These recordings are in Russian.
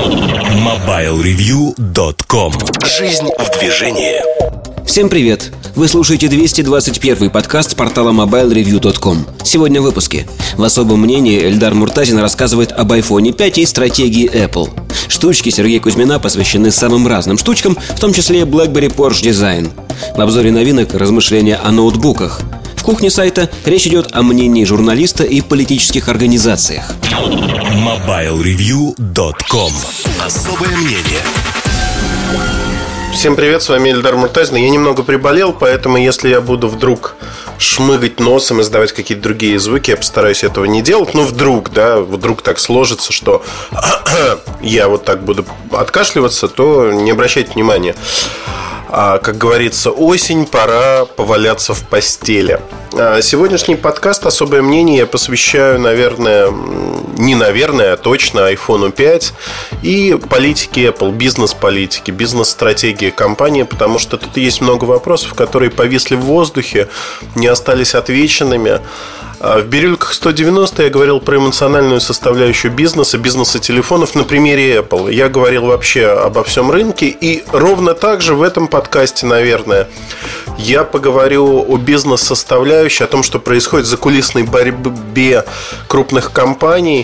MobileReview.com. Жизнь в движении. Всем привет! Вы слушаете 221-й подкаст портала MobileReview.com. Сегодня в выпуске. В особом мнении Эльдар Муртазин рассказывает об iPhone 5 и стратегии Apple. Штучки Сергея Кузьмина посвящены самым разным штучкам, в том числе BlackBerry Porsche Design. В обзоре новинок размышления о ноутбуках. В кухне сайта речь идет о мнении журналиста и политических организациях. MobileReview.com. Особое мнение. Всем привет, с вами Эльдар Муртазин. Я немного приболел, поэтому если я буду вдруг шмыгать носом и издавать какие-то другие звуки, я постараюсь этого не делать. Но вдруг так сложится, что я вот так буду откашливаться, то не обращайте внимания. Как говорится, осень, пора поваляться в постели. Сегодняшний подкаст «Особое мнение» я посвящаю, точно iPhone 5 и политике Apple, бизнес-политике, бизнес-стратегии компании, потому что тут есть много вопросов, которые повисли в воздухе, не остались отвеченными. В бирюльках 190 я говорил про эмоциональную составляющую бизнеса телефонов на примере Apple. Я говорил вообще обо всем рынке. И ровно так же в этом подкасте, наверное, я поговорю о бизнес-составляющей, о том, что происходит в закулисной борьбе крупных компаний.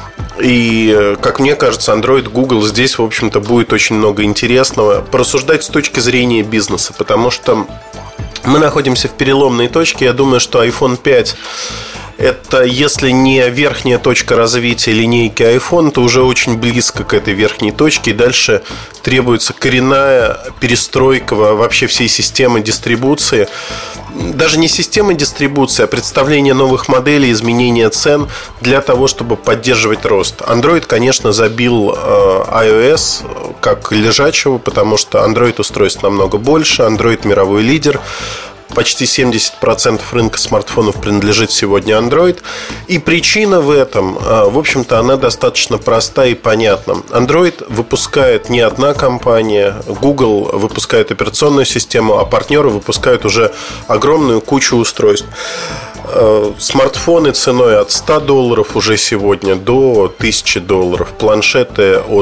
И, как мне кажется, Android, Google, здесь, в общем-то, будет очень много интересного порассуждать с точки зрения бизнеса, потому что мы находимся в переломной точке. Я думаю, что iPhone 5 это, если не верхняя точка развития линейки iPhone, то уже очень близко к этой верхней точке. И дальше требуется коренная перестройка вообще всей системы дистрибуции. Даже не системы дистрибуции, а представление новых моделей, изменение цен для того, чтобы поддерживать рост. Android, конечно, забил iOS как лежачего, потому что Android устройств намного больше. Android мировой лидер. Почти 70% рынка смартфонов принадлежит сегодня Android. И причина в этом, в общем-то, она достаточно проста и понятна. Android выпускает не одна компания. Google выпускает операционную систему, а партнеры выпускают уже огромную кучу устройств. Смартфоны ценой от $100 уже сегодня до $1000. Планшеты от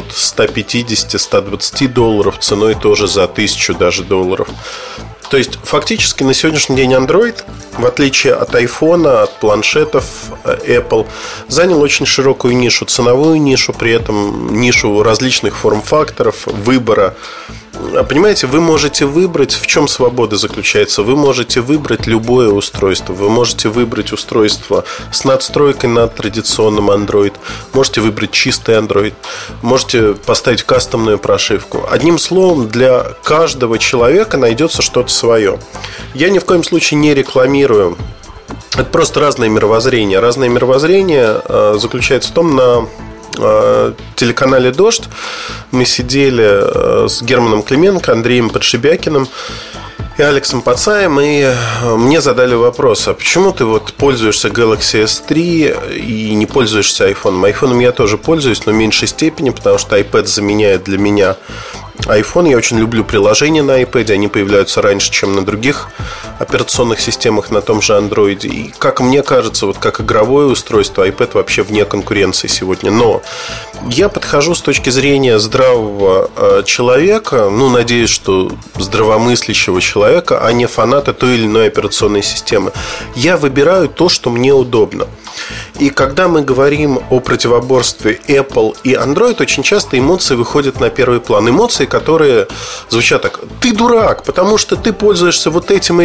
$150-120 ценой тоже за $1000 даже долларов. То есть, фактически, на сегодняшний день Android, в отличие от iPhone, от планшетов Apple, занял очень широкую нишу, ценовую нишу, при этом нишу различных форм-факторов, выбора. Понимаете, вы можете выбрать, в чем свобода заключается. Вы можете выбрать любое устройство. Вы можете выбрать устройство с надстройкой над традиционным Android. Можете выбрать чистый Android. Можете поставить кастомную прошивку. Одним словом, для каждого человека найдется что-то свое. Я ни в коем случае не рекламирую. Это просто разное мировоззрение. Разное мировоззрение заключается в том, на телеканале «Дождь» мы сидели с Германом Клименко, Андреем Подшибякиным и Алексом Пацаем, и мне задали вопрос: а почему ты вот пользуешься Galaxy S3 и не пользуешься iPhone? iPhone я тоже пользуюсь, но в меньшей степени, потому что iPad заменяет для меня iPhone. Я очень люблю приложения на iPad, они появляются раньше, чем на других операционных системах на том же Android. И, как мне кажется, вот как игровое устройство, iPad вообще вне конкуренции сегодня. Но я подхожу с точки зрения здравого человека, надеюсь, что здравомыслящего человека, а не фаната той или иной операционной системы. Я выбираю то, что мне удобно. И когда мы говорим о противоборстве Apple и Android, очень часто эмоции выходят на первый план. Эмоции, которые звучат так: ты дурак, потому что ты пользуешься вот этим,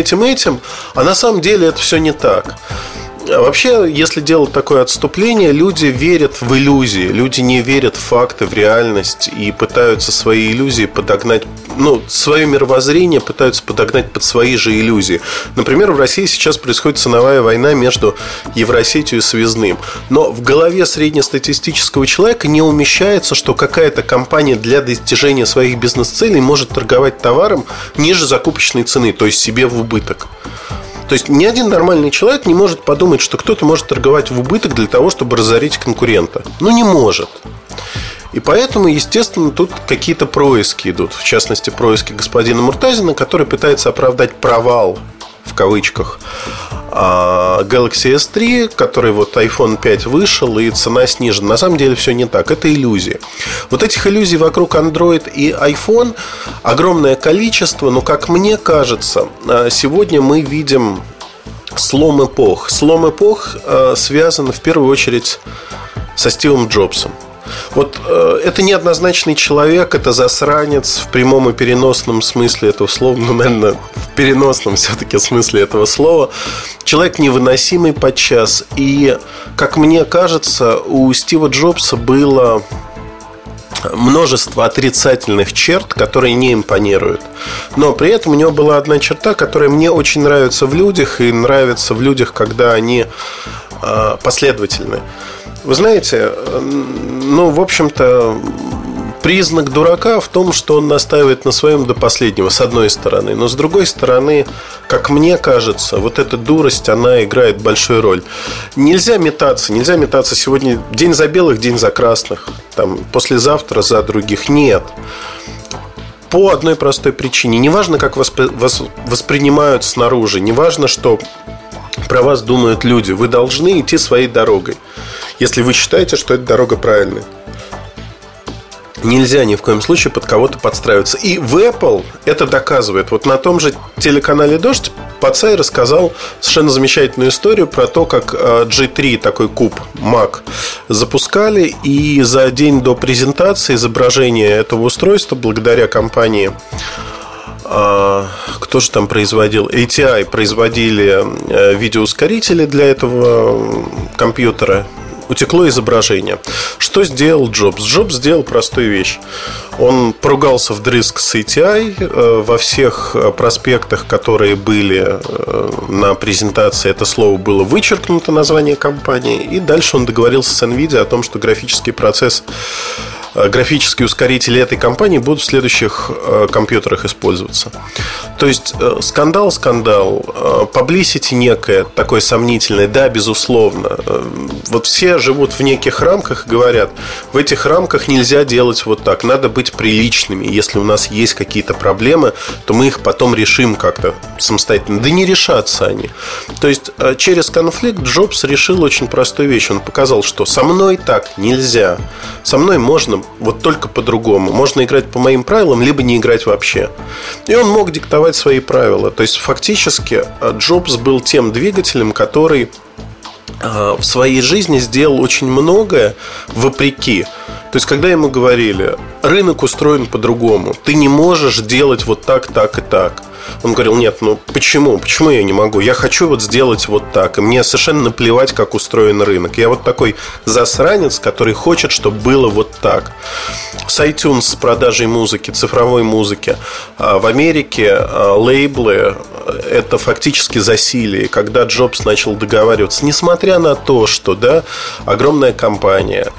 а на самом деле это все не так. Вообще, если делать такое отступление, люди верят в иллюзии. Люди не верят в факты, в реальность. И пытаются свои иллюзии подогнать, свое мировоззрение пытаются подогнать под свои же иллюзии. Например, в России сейчас происходит ценовая война между Евросетью и Связным. Но в голове среднестатистического человека не умещается, что какая-то компания для достижения своих бизнес-целей может торговать товаром ниже закупочной цены, то есть себе в убыток. То есть ни один нормальный человек не может подумать, что кто-то может торговать в убыток для того, чтобы разорить конкурента. Не может. И поэтому, естественно, тут какие-то происки идут. В частности, происки господина Муртазина, который пытается оправдать провал в кавычках, Galaxy S3, который вот iPhone 5 вышел, и цена снижена. На самом деле все не так, это иллюзии. Вот этих иллюзий вокруг Android и iPhone огромное количество, но, как мне кажется, сегодня мы видим слом эпох. Слом эпох связан в первую очередь со Стивом Джобсом. Вот это неоднозначный человек, это засранец в прямом и переносном смысле этого слова. Ну, наверное, в переносном все-таки смысле этого слова. Человек невыносимый подчас. И, как мне кажется, у Стива Джобса было множество отрицательных черт, которые не импонируют. Но при этом у него была одна черта, которая мне очень нравится в людях. И нравится в людях, когда они последовательны. Вы знаете, ну, в общем-то, признак дурака в том, что он настаивает на своем до последнего, с одной стороны. Но с другой стороны, как мне кажется, вот эта дурость, она играет большую роль. Нельзя метаться сегодня день за белых, день за красных, там, послезавтра за других. Нет. По одной простой причине. Неважно, как вас воспринимают снаружи, неважно, что про вас думают люди. Вы должны идти своей дорогой, если вы считаете, что эта дорога правильная. Нельзя ни в коем случае под кого-то подстраиваться. И в Apple это доказывает. Вот на том же телеканале «Дождь» Пацай рассказал совершенно замечательную историю про то, как G3, такой куб Mac, запускали. И за день до презентации изображения этого устройства, благодаря компании, кто же там производил? ATI производили видеоускорители для этого компьютера. Утекло изображение. Что сделал Джобс? Джобс сделал простую вещь. Он поругался вдрызг с ATI. Во всех проспектах, которые были на презентации, это слово было вычеркнуто, название компании. И дальше он договорился с NVIDIA о том, что графический процесс, графические ускорители этой компании будут в следующих компьютерах использоваться. То есть скандал, publicity некое такое сомнительное, да, безусловно. Вот все живут в неких рамках и говорят, в этих рамках нельзя делать вот так, надо быть приличными. Если у нас есть какие-то проблемы, то мы их потом решим как-то самостоятельно. Да не решатся они. То есть через конфликт Джобс решил очень простую вещь. Он показал, что со мной так нельзя. Со мной можно вот только по-другому. Можно играть по моим правилам, либо не играть вообще. И он мог диктовать свои правила. То есть фактически Джобс был тем двигателем, который в своей жизни сделал очень многое вопреки. То есть когда ему говорили, рынок устроен по-другому, ты не можешь делать вот так, так и так, он говорил, нет, ну почему? Почему я не могу? Я хочу вот сделать вот так. И мне совершенно наплевать, как устроен рынок. Я вот такой засранец, который хочет, чтобы было вот так. С iTunes, с продажей музыки, цифровой музыки в Америке лейблы – это фактически засилие. Когда Джобс начал договариваться, несмотря на то, что, да, огромная компания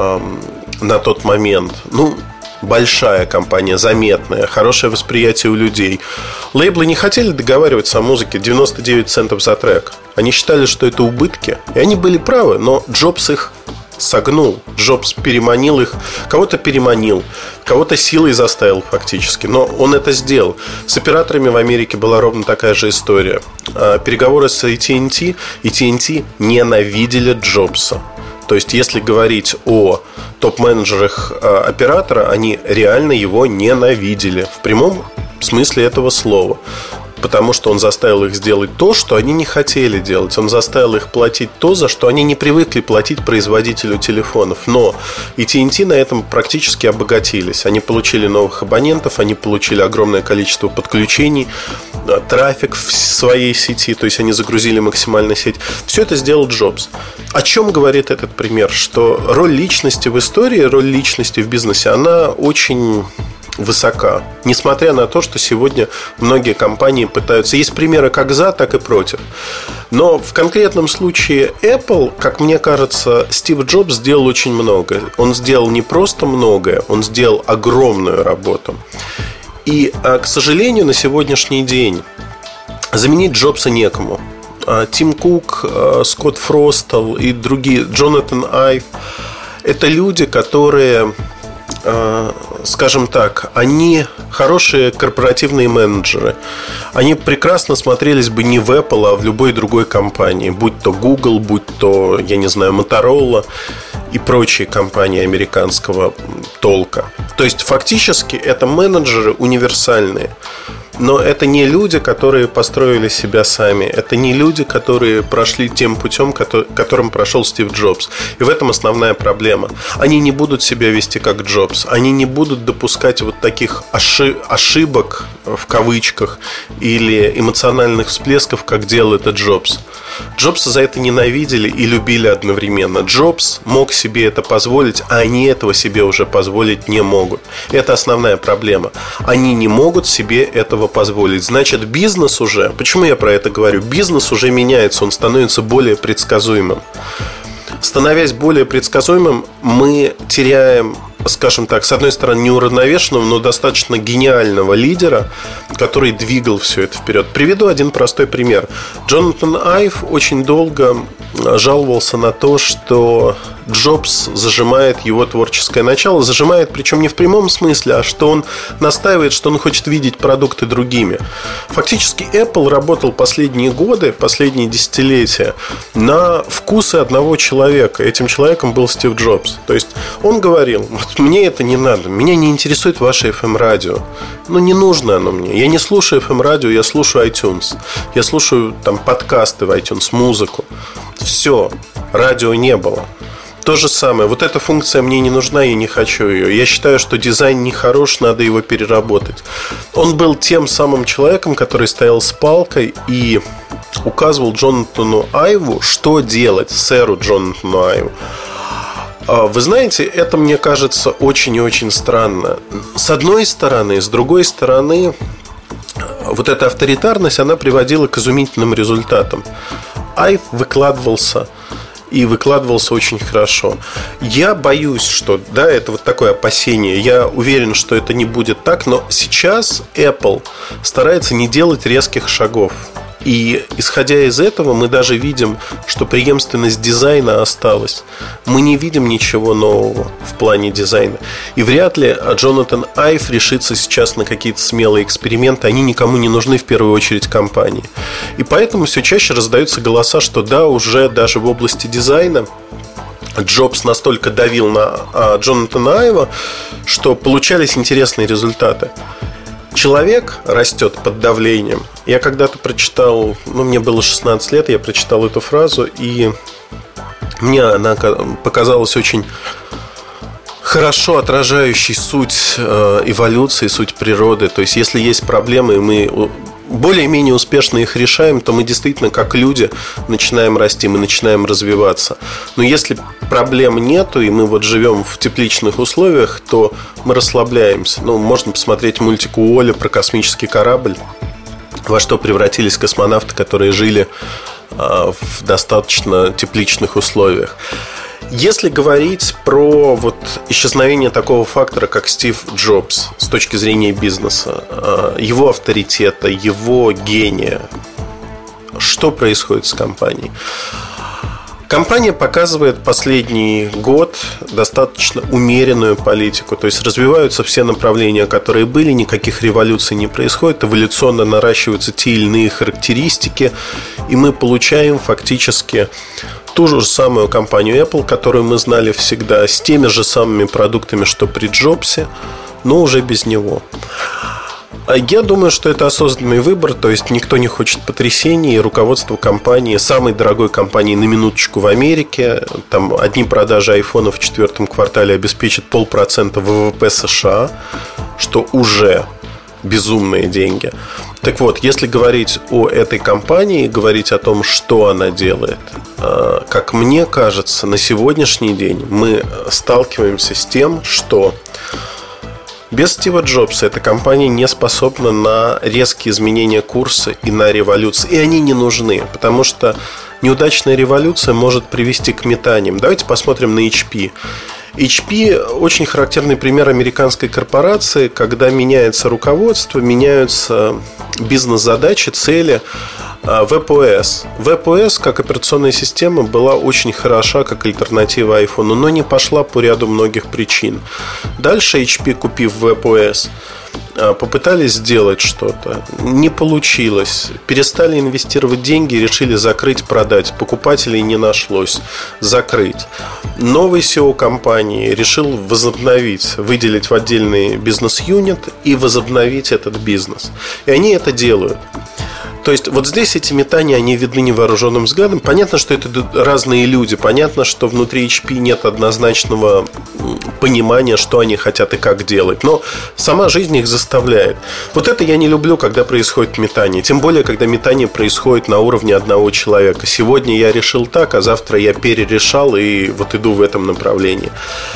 на тот момент, ну, большая компания, заметная, хорошее восприятие у людей. Лейблы не хотели договариваться о музыке 99 центов за трек. Они считали, что это убытки. И они были правы, но Джобс их согнул. Джобс переманил их. Кого-то переманил, кого-то силой заставил фактически. Но он это сделал. С операторами в Америке была ровно такая же история. Переговоры с AT&T. AT&T ненавидели Джобса. То есть, если говорить о топ-менеджерах оператора, они реально его ненавидели. В прямом смысле этого слова. Потому что он заставил их сделать то, что они не хотели делать. Он заставил их платить то, за что они не привыкли платить производителю телефонов. Но AT&T на этом практически обогатились. Они получили новых абонентов, они получили огромное количество подключений, трафик в своей сети. То есть они загрузили максимально сеть. Все это сделал Джобс. О чем говорит этот пример? Что роль личности в истории, роль личности в бизнесе, она очень высока. Несмотря на то, что сегодня многие компании пытаются. Есть примеры как за, так и против. Но в конкретном случае Apple, как мне кажется, Стив Джобс сделал очень много. Он сделал не просто многое, он сделал огромную работу. И, к сожалению, на сегодняшний день заменить Джобса некому. Тим Кук, Скотт Фростел и другие, Джонатан Айв — это люди, которые скажем так, они хорошие корпоративные менеджеры. Они прекрасно смотрелись бы не в Apple, а в любой другой компании, будь то Google, будь то, я не знаю, Motorola и прочие компании американского толка. То есть фактически это менеджеры универсальные. Но это не люди, которые построили себя сами. Это не люди, которые прошли тем путем, которым прошел Стив Джобс. И в этом основная проблема. Они не будут себя вести как Джобс. Они не будут допускать вот таких ошибок, в кавычках, или эмоциональных всплесков, как делал это Джобс. Джобса за это ненавидели и любили одновременно. Джобс мог себе это позволить, а они этого себе уже позволить не могут. Это основная проблема. Они не могут себе этого позволить. Значит, бизнес уже... Почему я про это говорю? Бизнес уже меняется, он становится более предсказуемым. Становясь более предсказуемым, мы теряем, скажем так, с одной стороны, неуравновешенного, но достаточно гениального лидера, который двигал все это вперед. Приведу один простой пример. Джонатан Айв очень долго жаловался на то, что Джобс зажимает его творческое начало. Зажимает, причем не в прямом смысле, а что он настаивает, что он хочет видеть продукты другими. Фактически Apple работал последние годы, последние десятилетия на вкусы одного человека. Этим человеком был Стив Джобс. То есть он говорил: вот мне это не надо, меня не интересует ваше FM-радио. Ну, не нужно оно мне. Я не слушаю FM-радио, я слушаю iTunes. Я слушаю там подкасты в iTunes, музыку. Все, радио не было. То же самое, вот эта функция мне не нужна, я не хочу ее. Я считаю, что дизайн нехорош, надо его переработать. Он был тем самым человеком, который стоял с палкой и указывал Джонатану Айву, что делать, сэру Джонатану Айву. Вы знаете, это, мне кажется, очень и очень странно. С одной стороны, с другой стороны, вот эта авторитарность, она приводила к изумительным результатам. Айв выкладывался очень хорошо. Я боюсь, что, да, это вот такое опасение. Я уверен, что это не будет так. Но сейчас Apple старается не делать резких шагов. И исходя из этого, мы даже видим, что преемственность дизайна осталась. Мы не видим ничего нового в плане дизайна. И вряд ли Джонатан Айв решится сейчас на какие-то смелые эксперименты. Они никому не нужны, в первую очередь компании. И поэтому все чаще раздаются голоса, что да, уже даже в области дизайна Джобс настолько давил на Джонатана Айва, что получались интересные результаты. Человек растет под давлением. Я когда-то прочитал, мне было 16 лет, я прочитал эту фразу, и мне она показалась очень хорошо отражающей суть эволюции, суть природы. То есть, если есть проблемы, и мы более-менее успешно их решаем, то мы действительно, как люди, начинаем расти, мы начинаем развиваться. Но если проблем нету, и мы вот живем в тепличных условиях, то мы расслабляемся. Можно посмотреть мультик Уолли про космический корабль, во что превратились космонавты, которые жили в достаточно тепличных условиях. Если говорить про исчезновение такого фактора, как Стив Джобс с точки зрения бизнеса, его авторитета, его гения, что происходит с компанией? Компания показывает последний год достаточно умеренную политику. То есть развиваются все направления, которые были, никаких революций не происходит, эволюционно наращиваются те или иные характеристики, и мы получаем фактически ту же самую компанию Apple, которую мы знали всегда, с теми же самыми продуктами, что при Джобсе, но уже без него. Я думаю, что это осознанный выбор. То есть никто не хочет потрясений. И руководство компании, самой дорогой компании на минуточку в Америке, там одни продажи айфонов в 4 квартале обеспечат 0,5% ВВП США, что уже безумные деньги. Так вот, если говорить о этой компании, говорить о том, что она делает, как мне кажется, на сегодняшний день мы сталкиваемся с тем, что без Стива Джобса эта компания не способна на резкие изменения курса и на революции. И они не нужны, потому что неудачная революция может привести к метаниям. Давайте посмотрим на HP. HP очень характерный пример американской корпорации, когда меняется руководство, меняются бизнес-задачи, цели. WebOS. WebOS как операционная система была очень хороша как альтернатива iPhone, но не пошла по ряду многих причин. Дальше HP, купив WebOS, попытались сделать что-то, не получилось, перестали инвестировать деньги, решили закрыть, продать, покупателей не нашлось, закрыть. Новый CEO компании решил возобновить, выделить в отдельный бизнес-юнит и возобновить этот бизнес. И они это делают. То есть вот здесь эти метания, они видны невооруженным взглядом. Понятно, что это разные люди. Понятно, что внутри HP нет однозначного понимания, что они хотят и как делать. Но сама жизнь их заставляет. Вот это я не люблю, когда происходит метание. Тем более, когда метание происходит на уровне одного человека. Сегодня я решил так, а завтра я перерешал и вот иду в этом направлении.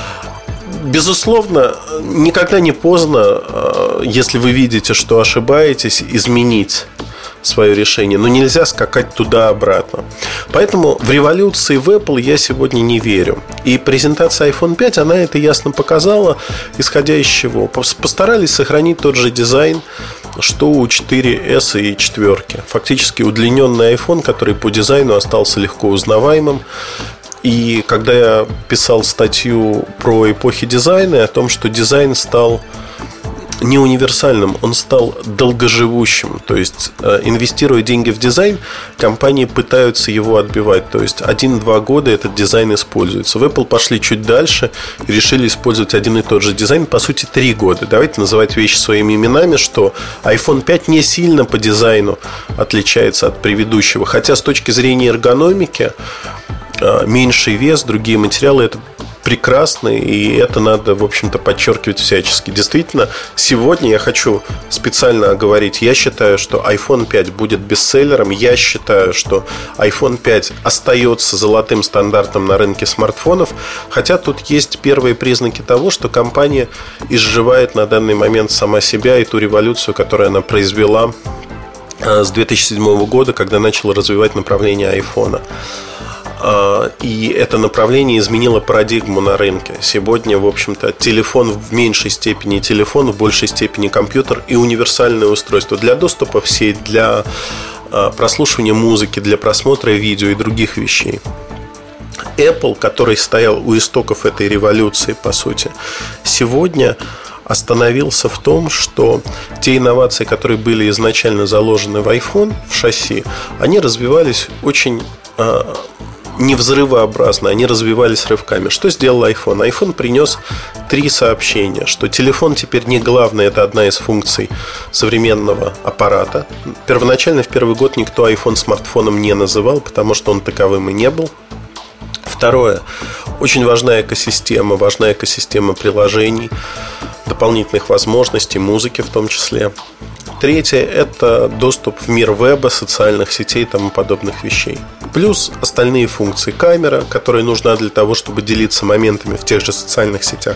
Безусловно, никогда не поздно, если вы видите, что ошибаетесь, изменить свое решение, но нельзя скакать туда-обратно. Поэтому в революции в Apple я сегодня не верю. И презентация iPhone 5, она это ясно показала, исходя из чего. Постарались сохранить тот же дизайн, что у 4S и 4. Фактически удлиненный iPhone, который по дизайну остался легко узнаваемым. И когда я писал статью про эпохи дизайна, о том, что дизайн стал не универсальным, он стал долгоживущим. То есть, инвестируя деньги в дизайн, компании пытаются его отбивать. То есть, 1-2 года этот дизайн используется. В Apple пошли чуть дальше и решили использовать один и тот же дизайн, по сути, 3 года. Давайте называть вещи своими именами, что iPhone 5 не сильно по дизайну отличается от предыдущего. Хотя с точки зрения эргономики, меньший вес, другие материалы — это прекрасно, и это надо, в общем-то, подчеркивать всячески. Действительно, сегодня я хочу специально оговорить: я считаю, что iPhone 5 будет бестселлером. Я считаю, что iPhone 5 остается золотым стандартом на рынке смартфонов. Хотя тут есть первые признаки того, что компания изживает на данный момент сама себя и ту революцию, которую она произвела с 2007 года, когда начала развивать направление iPhone. И это направление изменило парадигму на рынке. Сегодня, в общем-то, телефон в меньшей степени телефон, в большей степени компьютер и универсальное устройство для доступа в сеть, для прослушивания музыки, для просмотра видео и других вещей. Apple, который стоял у истоков этой революции, по сути, сегодня остановился в том, что те инновации, которые были изначально заложены в iPhone, в шасси, они развивались очень не взрывообразно, они развивались рывками. Что сделал iPhone? iPhone принес 3 сообщения, что телефон теперь не главное, это одна из функций современного аппарата. Первоначально в первый год никто iPhone смартфоном не называл, потому что он таковым и не был. Второе, очень важная экосистема приложений, дополнительных возможностей, музыки в том числе. Третье – это доступ в мир веба, социальных сетей и тому подобных вещей. Плюс остальные функции. Камера, которая нужна для того, чтобы делиться моментами в тех же социальных сетях,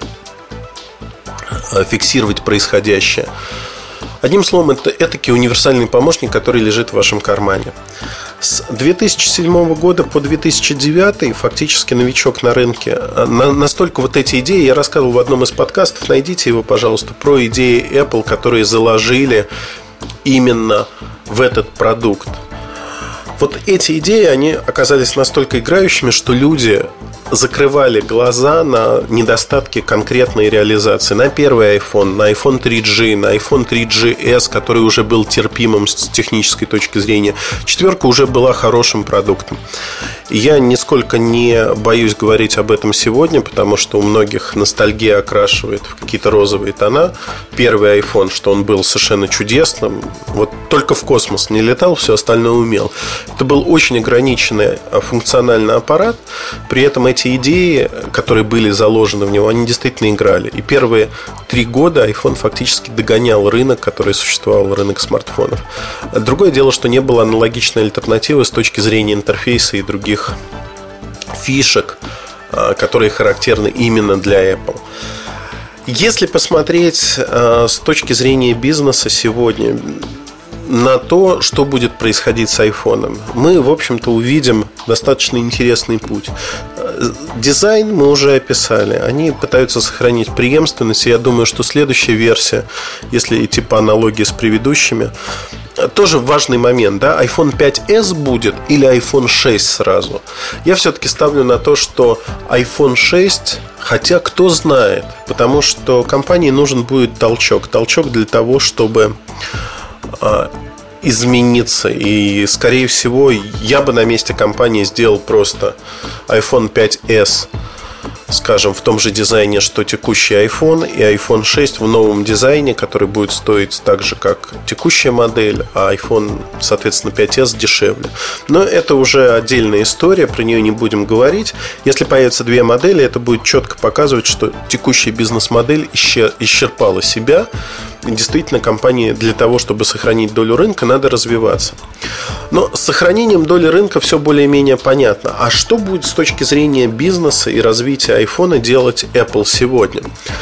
фиксировать происходящее. Одним словом, это этакий универсальный помощник, который лежит в вашем кармане. С 2007 года по 2009 фактически новичок на рынке. Настолько вот эти идеи, я рассказывал в одном из подкастов, найдите его, пожалуйста, про идеи Apple, которые заложили именно в этот продукт. Вот эти идеи, они оказались настолько играющими, что люди закрывали глаза на недостатки конкретной реализации. На первый iPhone, на iPhone 3G, на iPhone 3GS, который уже был терпимым с технической точки зрения. 4 уже была хорошим продуктом. И я нисколько не боюсь говорить об этом сегодня, потому что у многих ностальгия окрашивает в какие-то розовые тона. Первый iPhone, что он был совершенно чудесным, вот только в космос не летал, все остальное умел. Это был очень ограниченный функциональный аппарат. При этом эти идеи, которые были заложены в него, они действительно играли. И первые 3 года iPhone фактически догонял рынок, который существовал, рынок смартфонов. Другое дело, что не было аналогичной альтернативы с точки зрения интерфейса и других фишек, которые характерны именно для Apple. Если посмотреть с точки зрения бизнеса сегодня, на то, что будет происходить с айфоном, мы, в общем-то, увидим достаточно интересный путь. Дизайн мы уже описали. Они пытаются сохранить преемственность. И я думаю, что следующая версия, если идти по аналогии с предыдущими, тоже важный момент, да? iPhone 5s будет или iPhone 6 сразу? Я все-таки ставлю на то, что iPhone 6, хотя кто знает, потому что компании нужен будет толчок. Толчок для того, чтобы измениться. И, скорее всего, я бы на месте компании сделал просто iPhone 5s, скажем, в том же дизайне, что текущий iPhone, и iPhone 6 в новом дизайне, который будет стоить так же, как текущая модель, а iPhone, соответственно, 5s дешевле. Но это уже отдельная история, про нее не будем говорить. Если появятся две модели, это будет четко показывать, что текущая бизнес-модель исчерпала себя. И действительно, компании для того, чтобы сохранить долю рынка, надо развиваться. Но с сохранением доли рынка все более-менее понятно. А что будет с точки зрения бизнеса и развития iPhone делать Apple сегодня?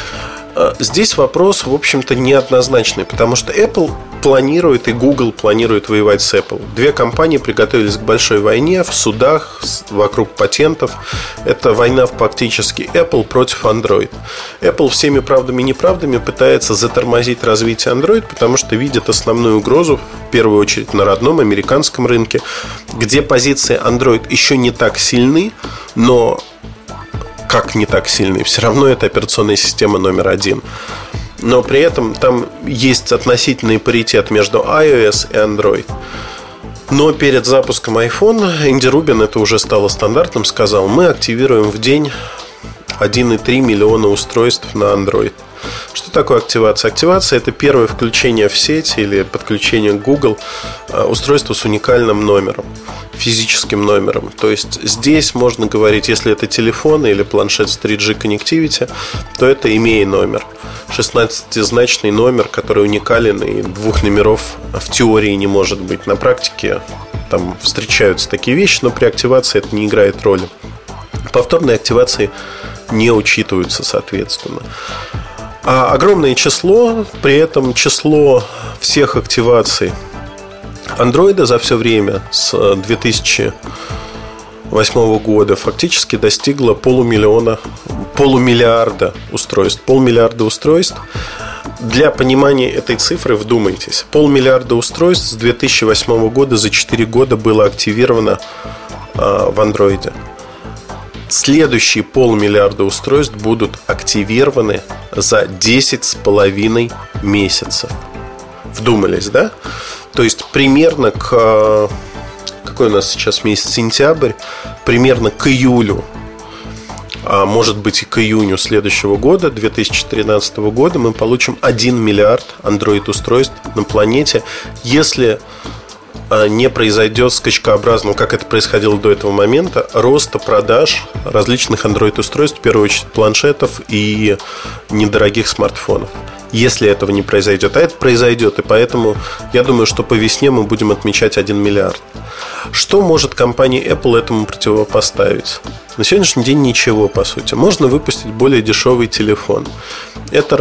Здесь вопрос, в общем-то, неоднозначный, потому что Apple планирует и Google планирует воевать с Apple. Две компании приготовились к большой войне в судах вокруг патентов. Это война фактически Apple против Android. Apple всеми правдами и неправдами пытается затормозить развитие Android, потому что видит основную угрозу, в первую очередь, на родном американском рынке, где позиции Android еще не так сильны, но как не так сильны? Все равно это операционная система номер один. Но при этом там есть относительный паритет между iOS и Android. Но перед запуском iPhone Энди Рубин, это уже стало стандартным, сказал: мы активируем в день 1,3 миллиона устройств на Android. Что такое активация? Активация – это первое включение в сеть или подключение к Google устройства с уникальным номером, физическим номером. То есть здесь можно говорить, если это телефон или планшет с 3G Connectivity, то это EMEA номер, 16-значный номер, который уникален, и двух номеров в теории не может быть. На практике там встречаются такие вещи, но при активации это не играет роли. Повторные активации не учитываются, соответственно. А огромное число, при этом число всех активаций Android за все время с 2008 года фактически достигло полумиллиарда устройств. Полмиллиарда устройств. Для понимания этой цифры вдумайтесь. Полмиллиарда устройств с 2008 года за 4 года было активировано в Android. Следующие полмиллиарда устройств будут активированы за 10,5 месяцев. Вдумались, да? То есть примерно какой у нас сейчас месяц? Сентябрь. Примерно к июлю, а может быть и к июню следующего года, 2013 года, мы получим 1 миллиард Android устройств на планете, если не произойдет скачкообразного, как это происходило до этого момента, роста продаж различных Android-устройств, в первую очередь планшетов и недорогих смартфонов. Если этого не произойдет, а это произойдет, и поэтому я думаю, что по весне мы будем отмечать 1 миллиард. Что может компания Apple этому противопоставить? На сегодняшний день ничего, по сути. Можно выпустить более дешевый телефон. Это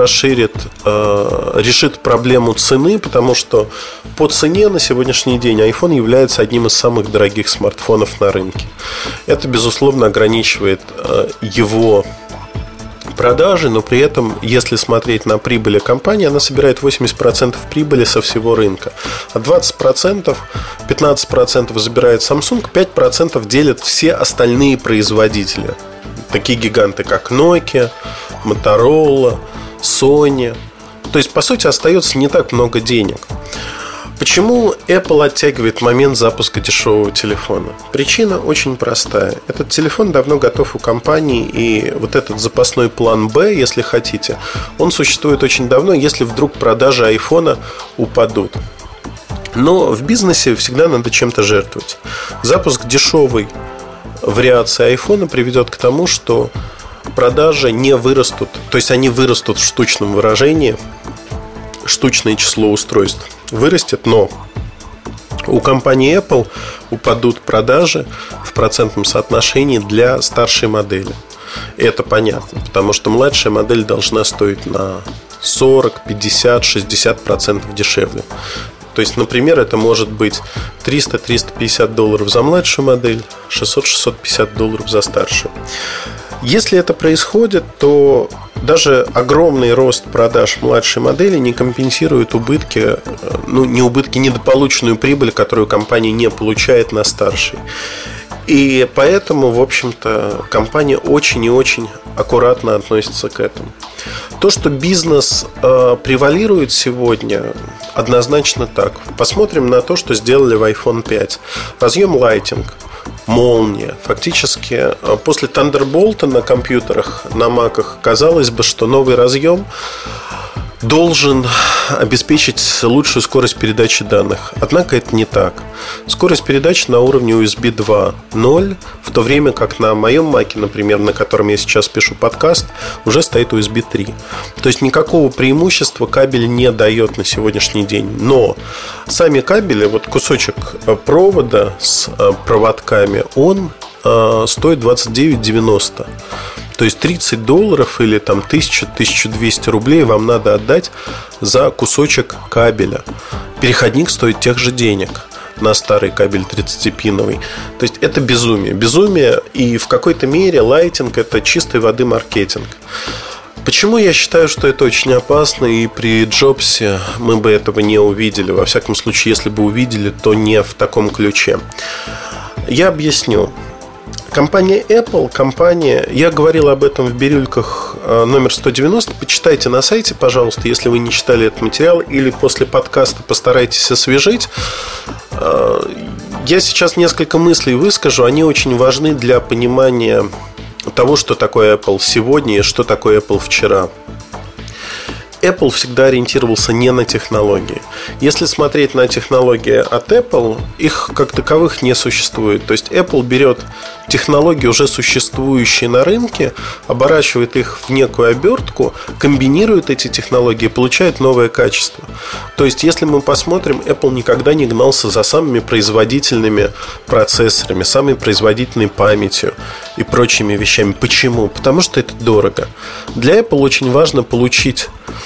решит проблему цены, потому что по цене на сегодняшний день iPhone является одним из самых дорогих смартфонов на рынке. Это, безусловно, ограничивает его продажи, но при этом, если смотреть на прибыли компании, она собирает 80% прибыли со всего рынка. А 20%, 15% забирает Samsung, 5% делят все остальные производители. Такие гиганты, как Nokia, Motorola, Sony. То есть, по сути, остается не так много денег. Почему Apple оттягивает момент запуска дешевого телефона? Причина очень простая. Этот телефон давно готов у компании, и вот этот запасной план Б, если хотите, он существует очень давно, если вдруг продажи айфона упадут. Но в бизнесе всегда надо чем-то жертвовать. Запуск дешевой вариации айфона приведет к тому, что продажи не вырастут. То есть они вырастут в штучном выражении. Штучное число устройств вырастет, но у компании Apple упадут продажи в процентном соотношении для старшей модели. И это понятно, потому что младшая модель должна стоить на 40, 50, 60% дешевле. То есть, например, это может быть $300-350 за младшую модель, $600-650 за старшую. Если это происходит, то даже огромный рост продаж младшей модели не компенсирует убытки, недополученную прибыль, которую компания не получает на старшей. И поэтому, в общем-то, компания очень и очень аккуратно относится к этому. То, что бизнес превалирует сегодня, однозначно так. Посмотрим на то, что сделали в iPhone 5. Разъем Lightning, молния. Фактически после Thunderbolt на компьютерах, на маках, казалось бы, что новый разъем должен обеспечить лучшую скорость передачи данных. Однако это не так. Скорость передачи на уровне USB 2.0, в то время как на моем маке, например, на котором я сейчас пишу подкаст, уже стоит USB 3. То есть никакого преимущества кабель не дает на сегодняшний день. Но сами кабели, вот кусочек провода с проводками, он стоит $29.90. То есть $30 или там 1000-1200 рублей вам надо отдать за кусочек кабеля. Переходник стоит тех же денег на старый кабель 30-пиновый. То есть это безумие. Безумие, и в какой-то мере Lighting — это чистой воды маркетинг. Почему я считаю, что это очень опасно, и при Джобсе мы бы этого не увидели? Во всяком случае, если бы увидели, то не в таком ключе. Я объясню. Компания Apple, я говорил об этом в бирюльках номер 190. Почитайте на сайте, пожалуйста, если вы не читали этот материал, или после подкаста постарайтесь освежить. Я сейчас несколько мыслей выскажу. Они очень важны для понимания того, что такое Apple сегодня и что такое Apple вчера. Apple всегда ориентировался не на технологии. Если смотреть на технологии от Apple, их как таковых не существует. То есть Apple берет технологии, уже существующие на рынке, оборачивает их в некую обертку, комбинирует эти технологии и получает новое качество. То есть если мы посмотрим, Apple никогда не гнался за самыми производительными процессорами, самой производительной памятью и прочими вещами. Почему? Потому что это дорого. Для Apple очень важно получить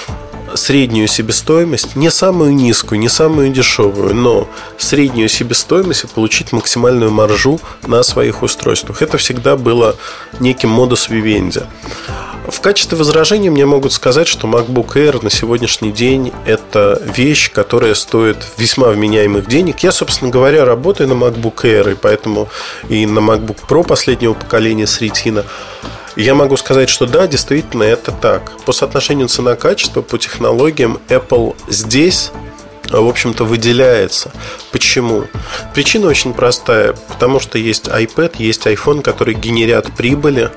среднюю себестоимость, не самую низкую, не самую дешевую, но среднюю себестоимость и получить максимальную маржу на своих устройствах. Это всегда было неким модус вивенди. В качестве возражения мне могут сказать, что MacBook Air на сегодняшний день это вещь, которая стоит весьма вменяемых денег. Я, собственно говоря, работаю на MacBook Air, и поэтому и на MacBook Pro последнего поколения с Retina. Я могу сказать, что да, действительно, это так. По соотношению цена-качество, по технологиям Apple здесь, в общем-то, выделяется. Почему? Причина очень простая. Потому что есть iPad, есть iPhone, которые генерят прибыли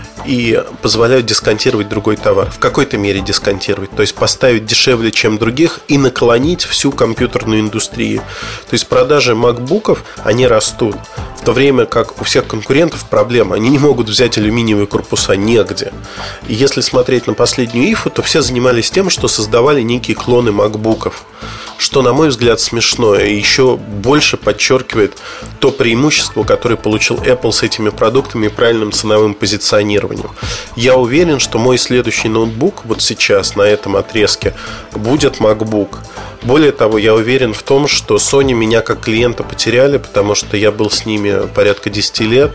и позволяют дисконтировать другой товар. В какой-то мере дисконтировать. То есть поставить дешевле, чем других, и наклонить всю компьютерную индустрию. То есть продажи макбуков, они растут. В то время как у всех конкурентов проблема. Они не могут взять алюминиевые корпуса негде. И если смотреть на последнюю ИФУ, то все занимались тем, что создавали некие клоны макбуков. Что, на мой взгляд, смешно. И еще больше подчеркивает то преимущество, которое получил Apple с этими продуктами и правильным ценовым позиционированием. Я уверен, что мой следующий ноутбук вот сейчас на этом отрезке будет MacBook. Более того, я уверен в том, что Sony меня как клиента потеряли, потому что я был с ними порядка 10 лет.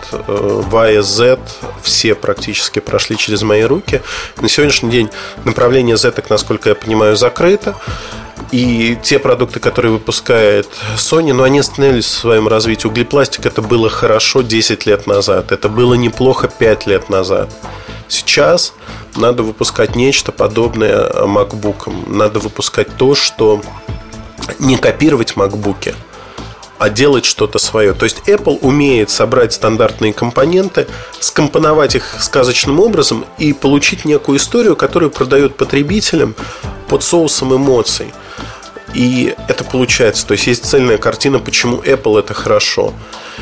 Y, Z, все практически прошли через мои руки. На сегодняшний день направление Z, насколько я понимаю, закрыто. И те продукты, которые выпускает Sony, они остановились в своем развитии. Углепластик — это было хорошо 10 лет назад. Это было неплохо 5 лет назад. Сейчас надо выпускать нечто подобное MacBook'ам. Надо выпускать то, что не копировать MacBook'и, а делать что-то свое. То есть Apple умеет собрать стандартные компоненты, скомпоновать их сказочным образом и получить некую историю, которую продает потребителям под соусом эмоций. И это получается. То есть есть цельная картина, почему Apple это хорошо.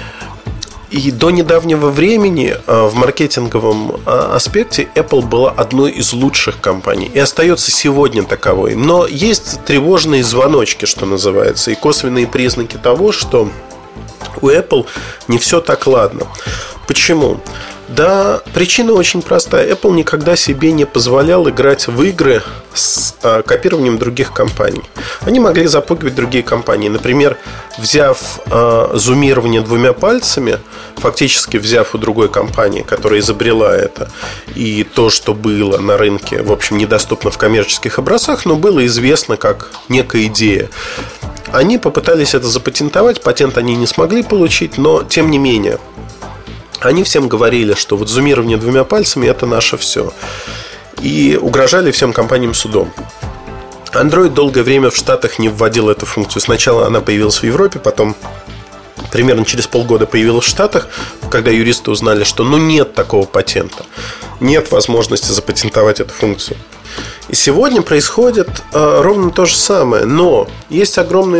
И до недавнего времени в маркетинговом аспекте Apple была одной из лучших компаний и остается сегодня таковой. Но есть тревожные звоночки, что называется, и косвенные признаки того, что у Apple не все так ладно. Почему? Да, причина очень простая. Apple никогда себе не позволял играть в игры с копированием других компаний. Они могли запугивать другие компании. Например, взяв зумирование двумя пальцами, фактически взяв у другой компании, которая изобрела это, и то, что было на рынке, в общем, недоступно в коммерческих образцах, но было известно как некая идея. Они попытались это запатентовать, патент они не смогли получить, но тем не менее они всем говорили, что вот зумирование двумя пальцами – это наше все. И угрожали всем компаниям судом. Android долгое время в Штатах не вводил эту функцию. Сначала она появилась в Европе, потом примерно через полгода появилась в Штатах, когда юристы узнали, что нет такого патента, нет возможности запатентовать эту функцию. И сегодня происходит ровно то же самое. Но есть огромное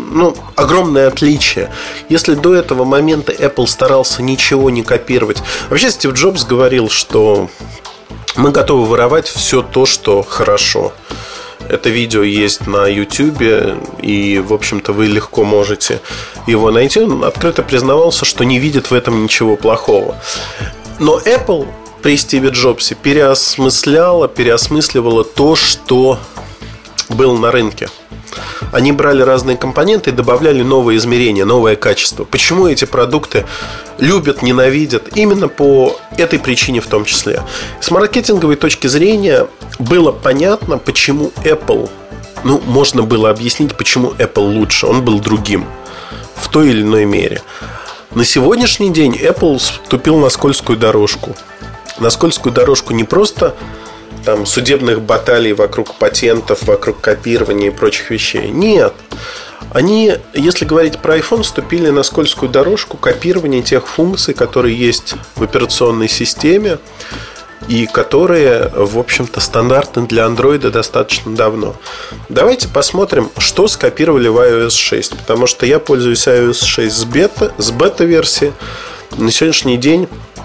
отличие. Если до этого момента Apple старался ничего не копировать. Вообще Стив Джобс говорил, что мы готовы воровать все то, что хорошо. Это видео есть на YouTube, и, в общем-то, вы легко можете его найти. Он открыто признавался, что не видит в этом ничего плохого. Но Apple при Стиве Джобсе переосмысливала то, что было на рынке. Они брали разные компоненты и добавляли новые измерения, новое качество. Почему эти продукты любят, ненавидят? Именно по этой причине в том числе. С маркетинговой точки зрения было понятно, почему Apple, можно было объяснить, почему Apple лучше. Он был другим в той или иной мере. На сегодняшний день Apple ступил на скользкую дорожку. На скользкую дорожку не просто там судебных баталий вокруг патентов, вокруг копирования и прочих вещей. Нет. Они, если говорить про iPhone, ступили на скользкую дорожку копирования тех функций, которые есть в операционной системе и которые, в общем-то, стандартны для Android достаточно давно. Давайте посмотрим, что скопировали в iOS 6. Потому что я пользуюсь iOS 6 с бета-версии. На сегодняшний день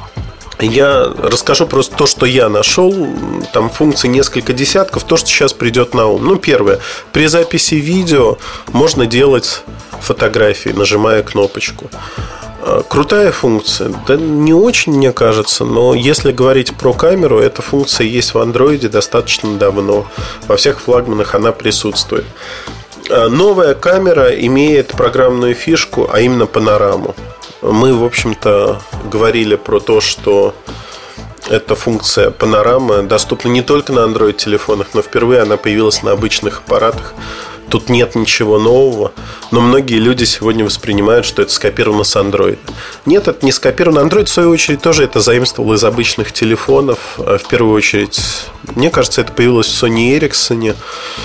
я расскажу просто то, что я нашел. Там функций несколько десятков. То, что сейчас придет на ум. Первое. При записи видео можно делать фотографии, нажимая кнопочку. Крутая функция. Да не очень, мне кажется. Но если говорить про камеру, эта функция есть в Android достаточно давно. Во всех флагманах она присутствует. Новая камера имеет программную фишку, а именно панораму. Мы, в общем-то, говорили про то, что эта функция панорамы доступна не только на Android-телефонах, но впервые она появилась на обычных аппаратах. Тут нет ничего нового, но многие люди сегодня воспринимают, что это скопировано с Android. Нет, это не скопировано. Android, в свою очередь, тоже это заимствовал из обычных телефонов. В первую очередь, мне кажется, это появилось в Sony Ericsson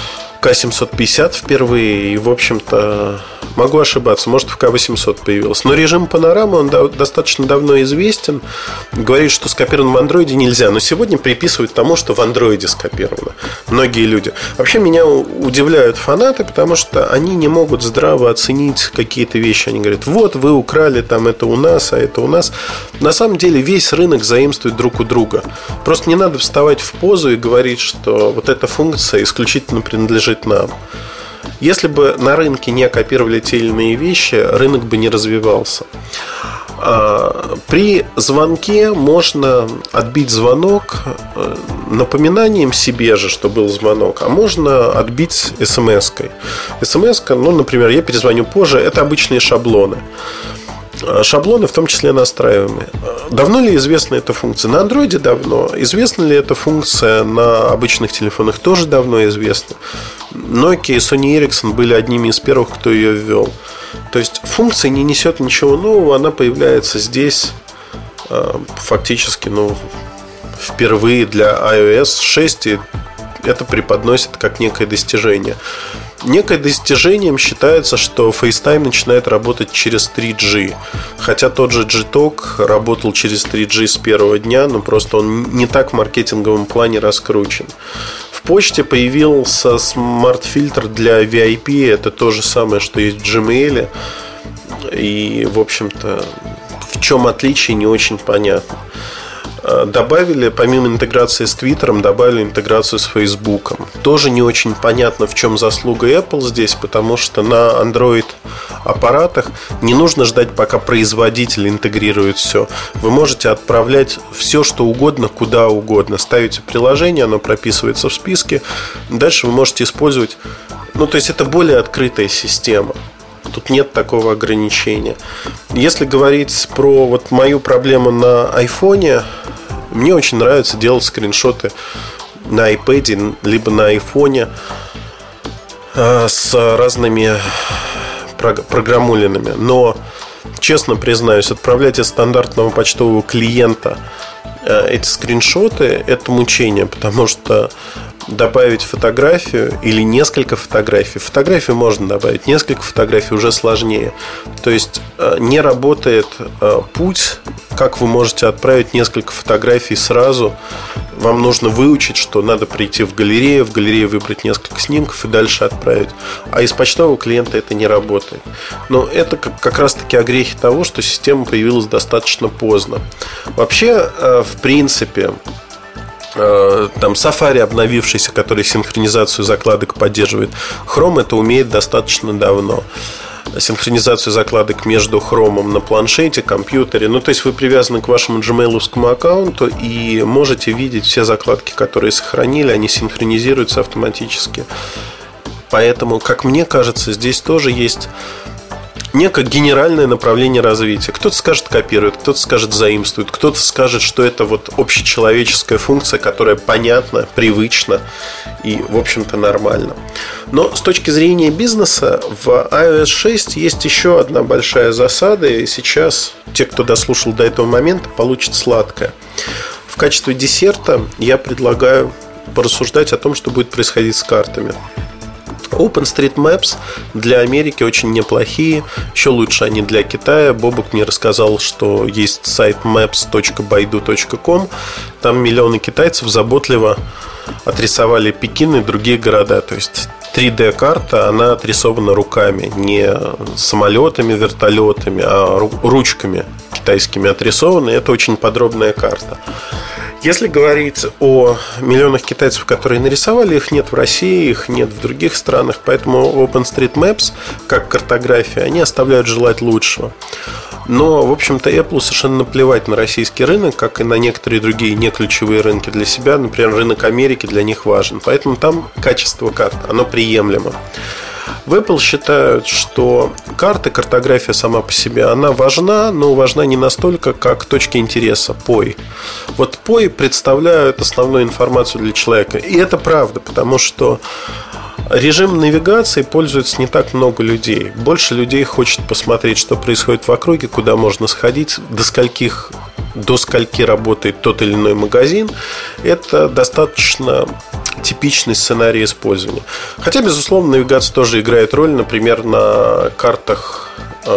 K750 впервые. И, в общем-то, могу ошибаться, может в K800 появился. Но режим панорамы, он достаточно давно известен. Говорит, что скопировано в Android нельзя. Но сегодня приписывают тому, что в Android скопировано. Многие люди. Вообще меня удивляют фанаты, потому что они не могут здраво оценить какие-то вещи. Они говорят, вот вы украли там это у нас, а это у нас. На самом деле весь рынок заимствует друг у друга. Просто не надо вставать в позу и говорить, что вот эта функция исключительно принадлежит нам. Если бы на рынке не копировали те или иные вещи, рынок бы не развивался. При звонке можно отбить звонок напоминанием себе же, что был звонок, а можно отбить смс-кой. СМС-ка, например, я перезвоню позже, это обычные шаблоны. Шаблоны в том числе настраиваемые. Давно ли известна эта функция? На Android давно. Известна ли эта функция на обычных телефонах? Тоже давно известно. Nokia и Sony Ericsson были одними из первых, кто ее ввел. То есть функция не несет ничего нового. Она появляется здесь фактически впервые для iOS 6. И это преподносит как некое достижение. Некое достижением считается, что FaceTime начинает работать через 3G. Хотя тот же Gtalk работал через 3G с первого дня, но просто он не так в маркетинговом плане раскручен. В почте появился смарт-фильтр для VIP. Это то же самое, что есть в Gmail. И, в общем-то, в чем отличие, не очень понятно. Добавили, помимо интеграции с Твиттером, добавили интеграцию с Фейсбуком. Тоже не очень понятно, в чем заслуга Apple здесь, потому что на Android аппаратах. Не нужно ждать, пока производитель интегрирует все. Вы можете отправлять все, что угодно, куда угодно. Ставите приложение, оно прописывается в списке. Дальше вы можете использовать. То есть это более открытая система. Тут нет такого ограничения. Если говорить про вот мою проблему на айфоне, мне очень нравится делать скриншоты на iPad либо на айфоне с разными программулинами. Но, честно признаюсь, отправлять из стандартного почтового клиента эти скриншоты — это мучение, потому что добавить фотографию или несколько фотографий. Фотографию можно добавить, несколько фотографий уже сложнее. То есть не работает путь, как вы можете отправить несколько фотографий сразу. Вам нужно выучить, что надо прийти в галерею выбрать несколько снимков и дальше отправить. А из почтового клиента это не работает. Но это как раз-таки огрехи того, что система появилась достаточно поздно. Вообще, в принципе, там Safari обновившийся, который синхронизацию закладок поддерживает, Chrome это умеет достаточно давно. Синхронизацию закладок между Chrome на планшете, компьютере. То есть вы привязаны к вашему gmail-овскому аккаунту и можете видеть все закладки, которые сохранили. Они синхронизируются автоматически. Поэтому, как мне кажется, здесь тоже есть некое генеральное направление развития. Кто-то скажет копирует, кто-то скажет заимствует, кто-то скажет, что это вот общечеловеческая функция, которая понятна, привычна и, в общем-то, нормально. Но с точки зрения бизнеса в iOS 6 есть еще одна большая засада, и сейчас те, кто дослушал до этого момента, получат сладкое. В качестве десерта я предлагаю порассуждать о том, что будет происходить с картами. OpenStreetMaps для Америки очень неплохие. Еще лучше они для Китая. Бобок мне рассказал, что есть сайт maps.baidu.com. Там миллионы китайцев заботливо отрисовали Пекин и другие города. То есть 3D-карта, она отрисована руками. Не самолетами, вертолетами, а ручками китайскими отрисованы. Это очень подробная карта. Если говорить о миллионах китайцев, которые нарисовали, их нет в России, их нет в других странах. Поэтому OpenStreetMaps, как картография, они оставляют желать лучшего. Но, в общем-то, Apple совершенно наплевать на российский рынок, как и на некоторые другие неключевые рынки для себя. Например, рынок Америки для них важен. Поэтому там качество карт, оно приемлемо. В Apple считают, что картография сама по себе, она важна, но важна не настолько, как точки интереса, POI. Вот POI представляют основную информацию для человека. И это правда, потому что режим навигации пользуется не так много людей. Больше людей хочет посмотреть, что происходит в округе, куда можно сходить, до скольки работает тот или иной магазин. Это достаточно типичный сценарий использования. Хотя, безусловно, навигация тоже играет роль. Например, на картах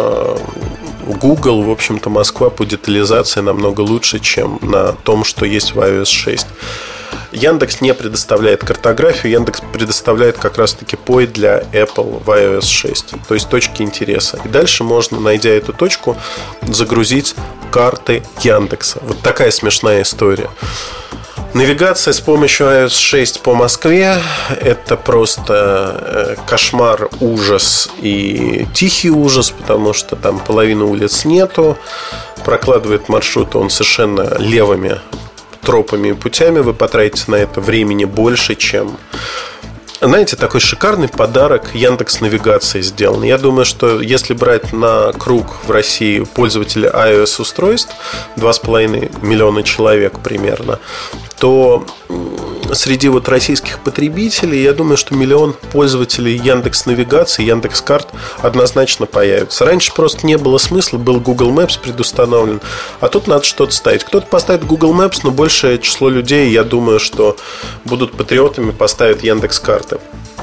Google, в общем-то, Москва по детализации намного лучше, чем на том, что есть в iOS 6. Яндекс не предоставляет картографию. Яндекс предоставляет как раз-таки POI для Apple в iOS 6. То есть точки интереса. И дальше можно, найдя эту точку, загрузить карты Яндекса. Вот такая смешная история. Навигация с помощью iOS 6 по Москве — это просто кошмар, ужас и тихий ужас, потому что там половины улиц нету. Прокладывает маршрут он совершенно левыми тропами и путями. Вы потратите на это времени больше, чем... Знаете, такой шикарный подарок Яндекс.Навигации сделан. Я думаю, что если брать на круг в России пользователей iOS устройств, 2,5 миллиона человек примерно, то среди вот российских потребителей, я думаю, что миллион пользователей Яндекс.Навигации, Яндекс.Карт однозначно появится. Раньше просто не было смысла, был Google Maps предустановлен, а тут надо что-то ставить. Кто-то поставит Google Maps, но большее число людей, я думаю, что будут патриотами, поставят Яндекс.Карты.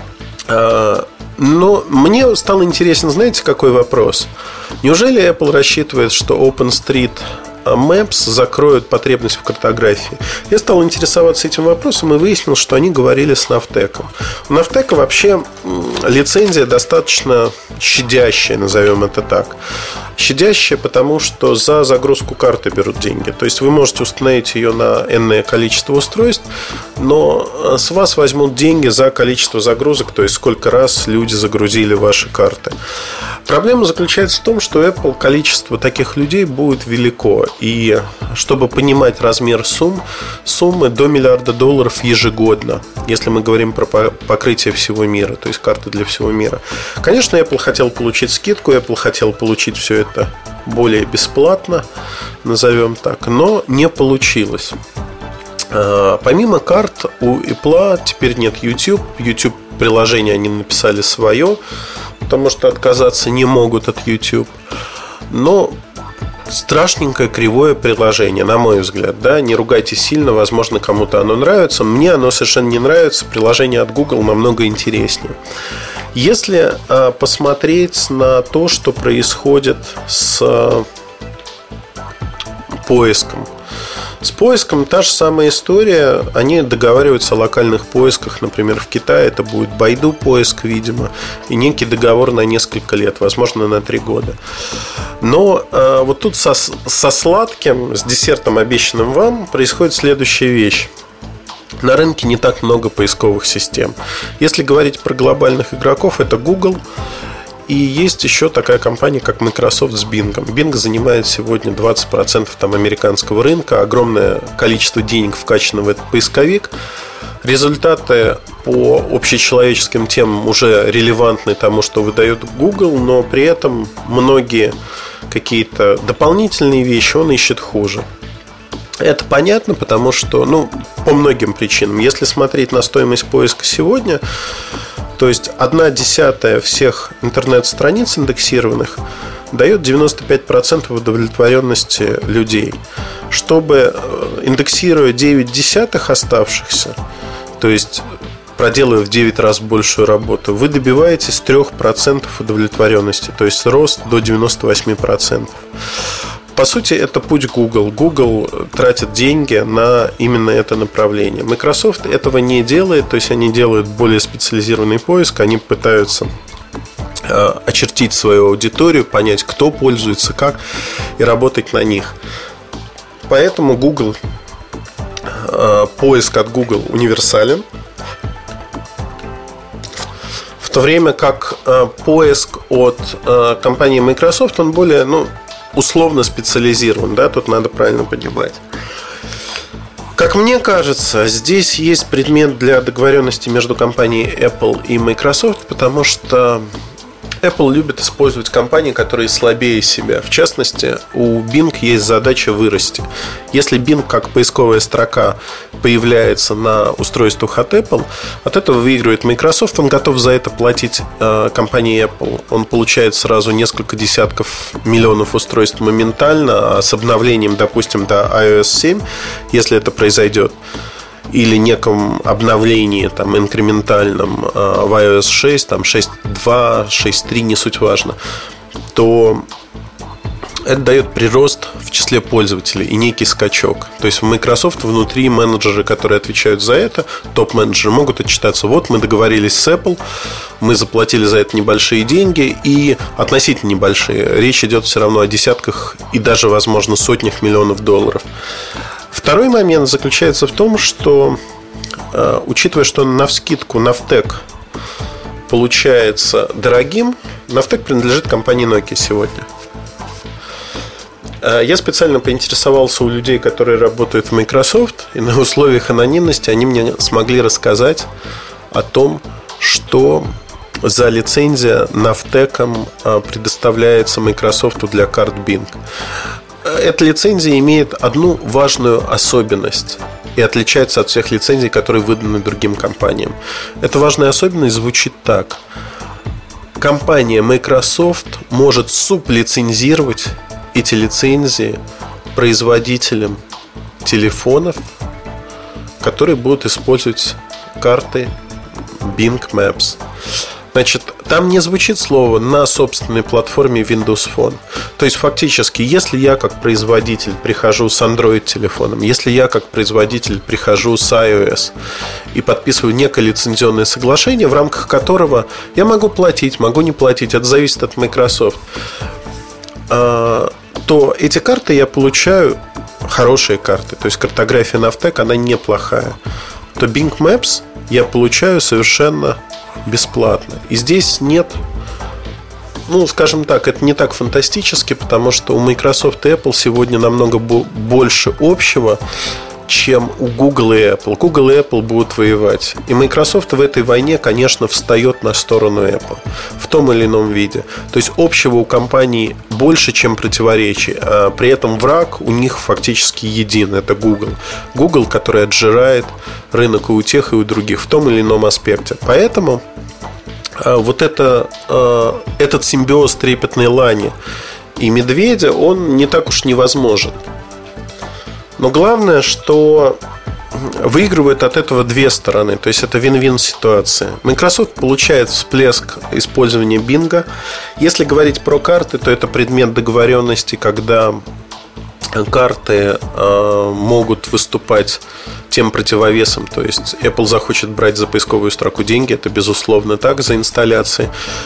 Но мне стал интересен, знаете, какой вопрос? Неужели Apple рассчитывает, что OpenStreetMaps закроют потребность в картографии? Я стал интересоваться этим вопросом и выяснил, что они говорили с Navteq. У Navteq вообще лицензия достаточно щадящая, назовем это так. Щадящая, потому что за загрузку карты берут деньги. То есть вы можете установить ее на энное количество устройств, но с вас возьмут деньги за количество загрузок, то есть сколько раз люди загрузили ваши карты. Проблема заключается в том, что Apple количество таких людей будет велико. И чтобы понимать размер суммы до $1 миллиарда ежегодно, если мы говорим про покрытие всего мира, то есть карты для всего мира. Конечно, Apple хотел получить скидку, Apple хотел получить все это более бесплатно, назовем так, но не получилось. Помимо карт у Apple теперь нет YouTube. YouTube приложение они написали свое, потому что отказаться не могут от YouTube. Но страшненькое кривое приложение, на мой взгляд, да, не ругайтесь сильно, возможно, кому-то оно нравится. Мне оно совершенно не нравится. Приложение от Google намного интереснее. Если посмотреть на то, что происходит с поиском. С поиском та же самая история. Они договариваются о локальных поисках. Например, в Китае это будет Baidu поиск, видимо, и некий договор на несколько лет, возможно, на 3 года. Но вот тут со сладким, с десертом, обещанным вам, происходит следующая вещь. На рынке не так много поисковых систем. Если говорить про глобальных игроков, это Google. И есть еще такая компания, как Microsoft с Bing. Bing занимает сегодня 20% там американского рынка. Огромное количество денег вкачано в этот поисковик. Результаты по общечеловеческим темам уже релевантны тому, что выдает Google, но при этом многие какие-то дополнительные вещи он ищет хуже. Это понятно, потому что, по многим причинам. Если смотреть на стоимость поиска сегодня, то есть 1/10 всех интернет-страниц индексированных дает 95% удовлетворенности людей. Чтобы, индексируя 9/10 оставшихся, то есть проделывая в 9 раз большую работу, вы добиваетесь 3% удовлетворенности, то есть рост до 98%. По сути, это путь Google. Google тратит деньги на именно это направление. Microsoft этого не делает, то есть они делают более специализированный поиск, они пытаются очертить свою аудиторию, понять, кто пользуется, как, и работать на них. Поэтому Google, поиск от Google универсален, в то время как поиск от компании Microsoft, он более, условно специализирован, да, тут надо правильно понимать. Как мне кажется, здесь есть предмет для договоренности между компанией Apple и Microsoft, потому что Apple любит использовать компании, которые слабее себя. В частности, у Bing есть задача вырасти. Если Bing как поисковая строка появляется на устройствах от Apple, от этого выигрывает Microsoft. Он готов за это платить компании Apple. Он получает сразу несколько десятков миллионов устройств моментально, а с обновлением, допустим, до iOS 7, если это произойдет, или неком обновлении там, инкрементальном в iOS 6, там 6.2, 6.3, не суть важно, то это дает прирост в числе пользователей и некий скачок. То есть в Microsoft внутри менеджеры, которые отвечают за это, топ-менеджеры, могут отчитаться: вот мы договорились с Apple, мы заплатили за это небольшие деньги, и относительно небольшие. Речь идет все равно о десятках и даже, возможно, сотнях миллионов долларов. Второй момент заключается в том, что, учитывая, что навскидку Navteq получается дорогим, Navteq принадлежит компании Nokia сегодня. Я специально поинтересовался у людей, которые работают в Microsoft, и на условиях анонимности они мне смогли рассказать о том, что за лицензия Navteq предоставляется Microsoft для карт Bing. Эта лицензия имеет одну важную особенность и отличается от всех лицензий, которые выданы другим компаниям. Эта важная особенность звучит так: компания Microsoft может сублицензировать эти лицензии производителям телефонов, которые будут использовать карты Bing Maps. Значит, там не звучит слово «на собственной платформе Windows Phone». То есть, фактически, если я как производитель прихожу с Android-телефоном, если я как производитель прихожу с iOS и подписываю некое лицензионное соглашение, в рамках которого я могу платить, могу не платить, это зависит от Microsoft, то эти карты я получаю, хорошие карты, то есть картография Navteq, она неплохая, то Bing Maps я получаю совершенно бесплатно. И здесь нет скажем так, это не так фантастически, потому что у Microsoft и Apple сегодня намного больше общего, чем у Google и Apple. Google и Apple будут воевать. И Microsoft в этой войне, конечно, встает на сторону Apple в том или ином виде. То есть общего у компаний больше, чем противоречий. А при этом враг у них фактически един. Это Google. Google, который отжирает рынок и у тех, и у других в том или ином аспекте. Поэтому вот этот симбиоз трепетной лани и медведя, он не так уж невозможен. Но главное, что выигрывают от этого две стороны. То есть это вин-вин ситуация. Microsoft получает всплеск использования Bing. Если говорить про карты, то это предмет договоренности, когда карты могут выступать тем противовесом. То есть Apple захочет брать за поисковую строку деньги. Это безусловно так, за инсталляции.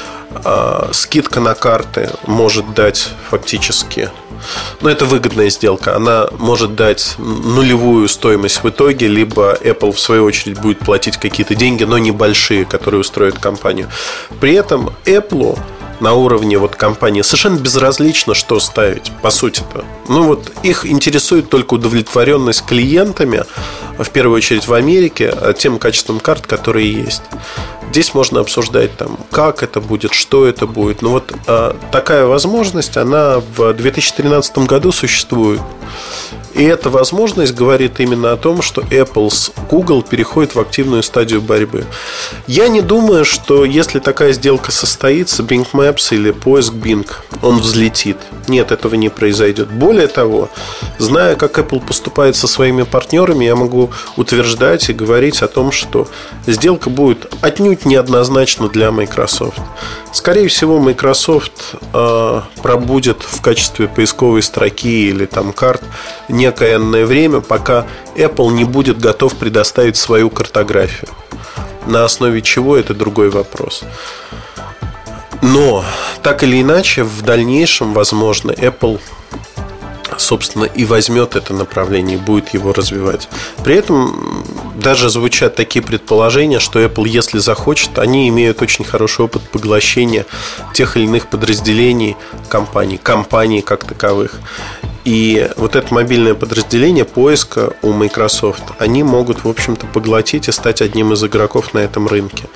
Скидка на карты может дать фактически... это выгодная сделка. Она может дать нулевую стоимость в итоге, либо Apple в свою очередь будет платить какие-то деньги, но небольшие, которые устроят компанию. При этом Apple на уровне компании совершенно безразлично, что ставить, по сути-то. Их интересует только удовлетворенность клиентами, в первую очередь в Америке, тем качеством карт, которые есть. Здесь можно обсуждать, как это будет, что это будет. Такая возможность, она в 2013 году существует. И эта возможность говорит именно о том, что Apple с Google переходит в активную стадию борьбы. Я не думаю, что если такая сделка состоится, Bing Maps или поиск Bing, он взлетит. Нет, этого не произойдет. Более того, зная, как Apple поступает со своими партнерами, я могу утверждать и говорить о том, что сделка будет отнюдь неоднозначна для Microsoft. Скорее всего, Microsoft пробудет в качестве поисковой строки или карт некое энное время, пока Apple не будет готов предоставить свою картографию. На основе чего — это другой вопрос. Но, так или иначе, в дальнейшем, возможно, Apple, собственно, и возьмет это направление и будет его развивать. При этом даже звучат такие предположения, что Apple, если захочет, они имеют очень хороший опыт поглощения тех или иных подразделений компаний как таковых. И это мобильное подразделение поиска у Microsoft, они могут, в общем-то, поглотить и стать одним из игроков на этом рынке.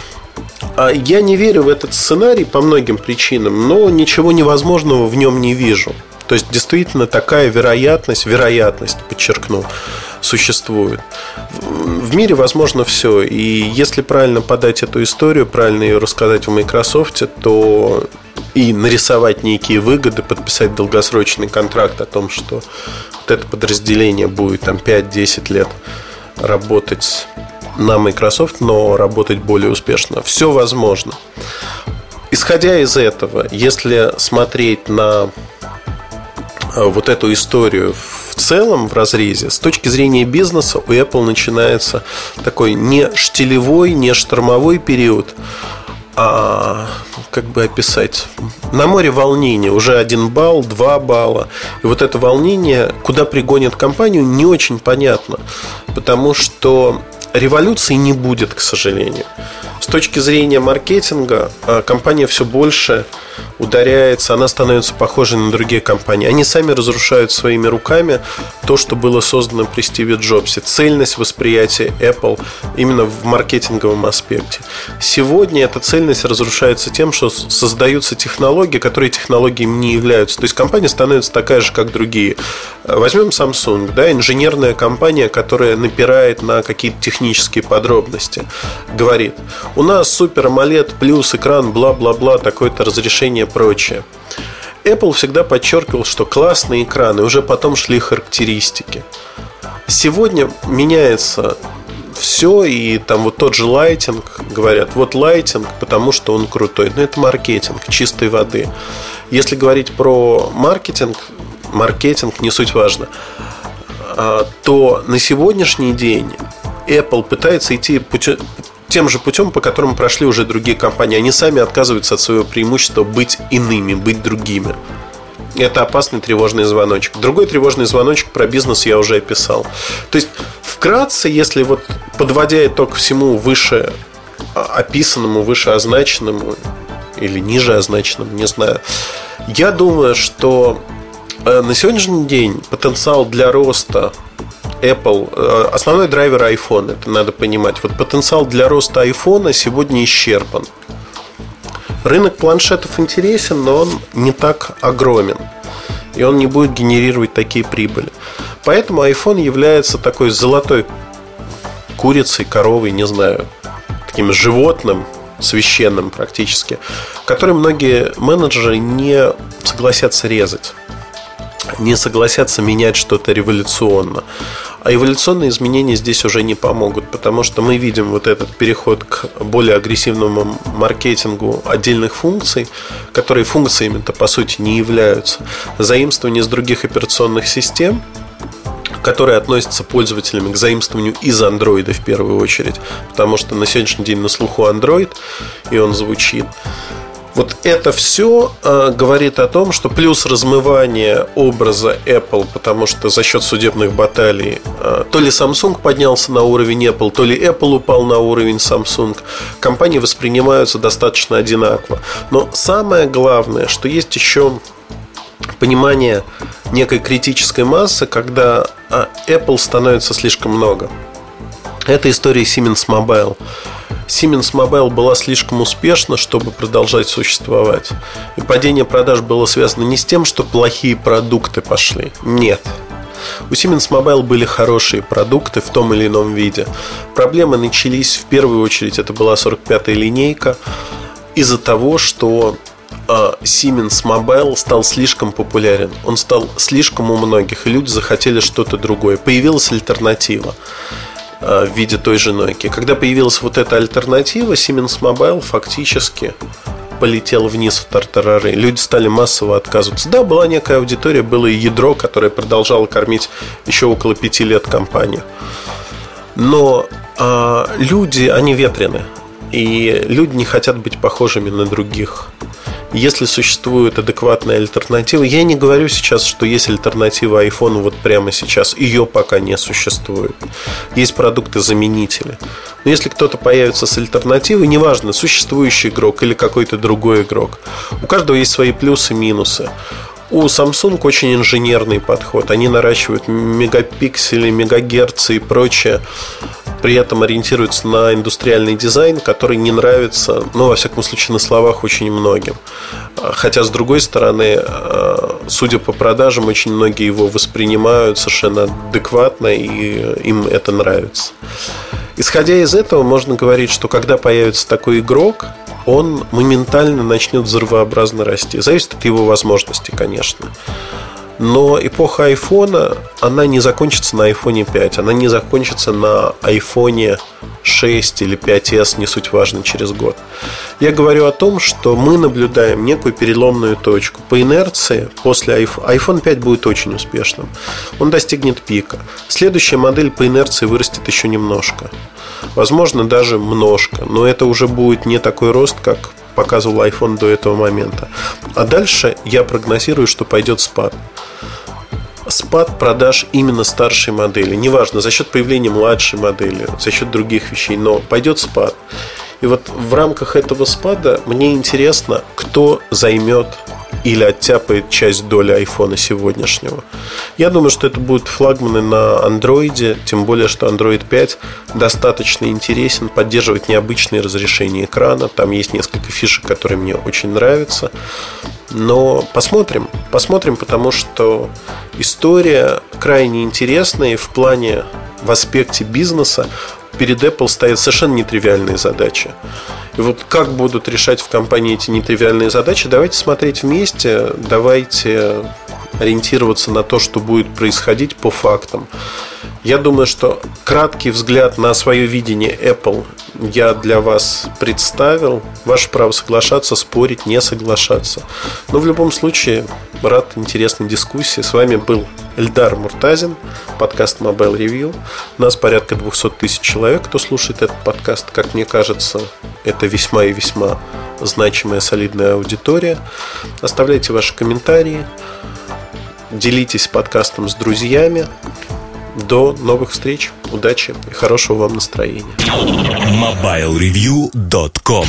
Я не верю в этот сценарий по многим причинам, но ничего невозможного в нем не вижу. То есть, действительно, такая вероятность, подчеркну, существует. В мире возможно все. И если правильно подать эту историю, правильно ее рассказать в Microsoft, то и нарисовать некие выгоды, подписать долгосрочный контракт о том, что это подразделение будет 5-10 лет работать на Microsoft, но работать более успешно. Все возможно. Исходя из этого, если смотреть на эту историю в целом, в разрезе, с точки зрения бизнеса, у Apple начинается такой не штилевой, не штормовой период, как бы описать, на море волнения. Уже 1 балл, 2 балла. И это волнение, куда пригонит компанию, не очень понятно. Потому что революции не будет, к сожалению. С точки зрения маркетинга, компания все больше ударяется, она становится похожей на другие компании. Они сами разрушают своими руками то, что было создано при Стиве Джобсе. Цельность восприятия Apple именно в маркетинговом аспекте. Сегодня эта цельность разрушается тем, что создаются технологии, которые технологиями не являются. То есть компания становится такая же, как другие. Возьмем Samsung, инженерная компания, которая напирает на какие-то технические подробности. Говорит: у нас супер AMOLED плюс экран, бла-бла-бла, такое-то разрешение, прочее. Apple всегда подчеркивал, что классные экраны, уже потом шли характеристики. Сегодня меняется все, и тот же лайтинг, говорят, лайтинг, потому что он крутой. Но это маркетинг чистой воды. Если говорить про маркетинг, не суть важно, то на сегодняшний день Apple пытается идти тем же путем, по которому прошли уже другие компании. Они сами отказываются от своего преимущества быть иными, быть другими. Это опасный тревожный звоночек. Другой тревожный звоночек про бизнес я уже описал. То есть, вкратце, если подводя итог всему выше описанному, выше означенному, или ниже означенным, не знаю. Я думаю, что на сегодняшний день потенциал для роста Apple, основной драйвер iPhone, это надо понимать. Вот потенциал для роста iPhone сегодня исчерпан. Рынок планшетов интересен, но он не так огромен, и он не будет генерировать такие прибыли. Поэтому iPhone является такой золотой курицей, коровой, не знаю, таким животным, священным практически, который многие менеджеры не согласятся резать, не согласятся менять что-то революционно. А эволюционные изменения здесь уже не помогут, потому что мы видим вот этот переход к более агрессивному маркетингу отдельных функций, которые функциями-то по сути не являются. Заимствование с других операционных систем, которые относятся пользователями к заимствованию из Android в первую очередь, потому что на сегодняшний день на слуху Android, и он звучит. Вот это все говорит о том, что плюс размывание образа Apple, потому что за счет судебных баталий то ли Samsung поднялся на уровень Apple, то ли Apple упал на уровень Samsung, компании воспринимаются достаточно одинаково. Но самое главное, что есть еще понимание некой критической массы, когда Apple становится слишком много. Это история Siemens Mobile. Siemens Mobile была слишком успешна, чтобы продолжать существовать. И падение продаж было связано не с тем, что плохие продукты пошли. Нет. У Siemens Mobile были хорошие продукты в том или ином виде. Проблемы начались в первую очередь, это была 45-я линейка, из-за того, что Siemens Mobile стал слишком популярен. Он стал слишком у многих, и люди захотели что-то другое. Появилась альтернатива в виде той же Nokia. Когда появилась вот эта альтернатива, Siemens Mobile фактически полетел вниз в тартарары. Люди стали массово отказываться. Да, была некая аудитория, было и ядро, которое продолжало кормить еще около 5 лет компанию. Но люди, они ветрены. И люди не хотят быть похожими на других. Если существует адекватная альтернатива, я не говорю сейчас, что есть альтернатива iPhone вот прямо сейчас. Ее пока не существует. Есть продукты-заменители. Но если кто-то появится с альтернативой, неважно, существующий игрок или какой-то другой игрок, у каждого есть свои плюсы и минусы. У Samsung очень инженерный подход. Они наращивают мегапиксели, мегагерцы и прочее. При этом ориентируются на индустриальный дизайн, который не нравится, ну, во всяком случае, на словах очень многим. Хотя, с другой стороны, судя по продажам, очень многие его воспринимают совершенно адекватно, и им это нравится. Исходя из этого, можно говорить, что когда появится такой игрок, он моментально начнет взрывообразно расти. Зависит от его возможностей, конечно. Но эпоха айфона, она не закончится на айфоне 5. Она не закончится на айфоне 6 или 5s, не суть важно, через год. Я говорю о том, что мы наблюдаем некую переломную точку. По инерции после iPhone 5 будет очень успешным. Он достигнет пика. Следующая модель по инерции вырастет еще немножко. Возможно, даже множко. Но это уже будет не такой рост, как показывал iPhone до этого момента. А дальше я прогнозирую, что пойдет спад. Спад продаж именно старшей модели. Неважно, за счет появления младшей модели, за счет других вещей, но пойдет спад. И вот в рамках этого спада мне интересно, кто займет или оттяпает часть доли айфона сегодняшнего. Я думаю, что это будут флагманы на андроиде. Тем более, что Android 5 достаточно интересен, поддерживает необычные разрешения экрана. Там есть несколько фишек, которые мне очень нравятся. Но посмотрим, потому что история крайне интересная. И в плане, в аспекте бизнеса перед Apple стоят совершенно нетривиальные задачи. И вот как будут решать в компании эти нетривиальные задачи, давайте смотреть вместе, давайте ориентироваться на то, что будет происходить по фактам. Я думаю, что краткий взгляд на свое видение Apple я для вас представил. Ваше право соглашаться, спорить, не соглашаться. Но в любом случае рад интересной дискуссии. С вами был Эльдар Муртазин, подкаст Mobile Review. У нас порядка 200 тысяч человек, кто слушает этот подкаст. Как мне кажется, это весьма и весьма значимая, солидная аудитория. Оставляйте ваши комментарии, делитесь подкастом с друзьями. До новых встреч, удачи и хорошего вам настроения. MobileReview.com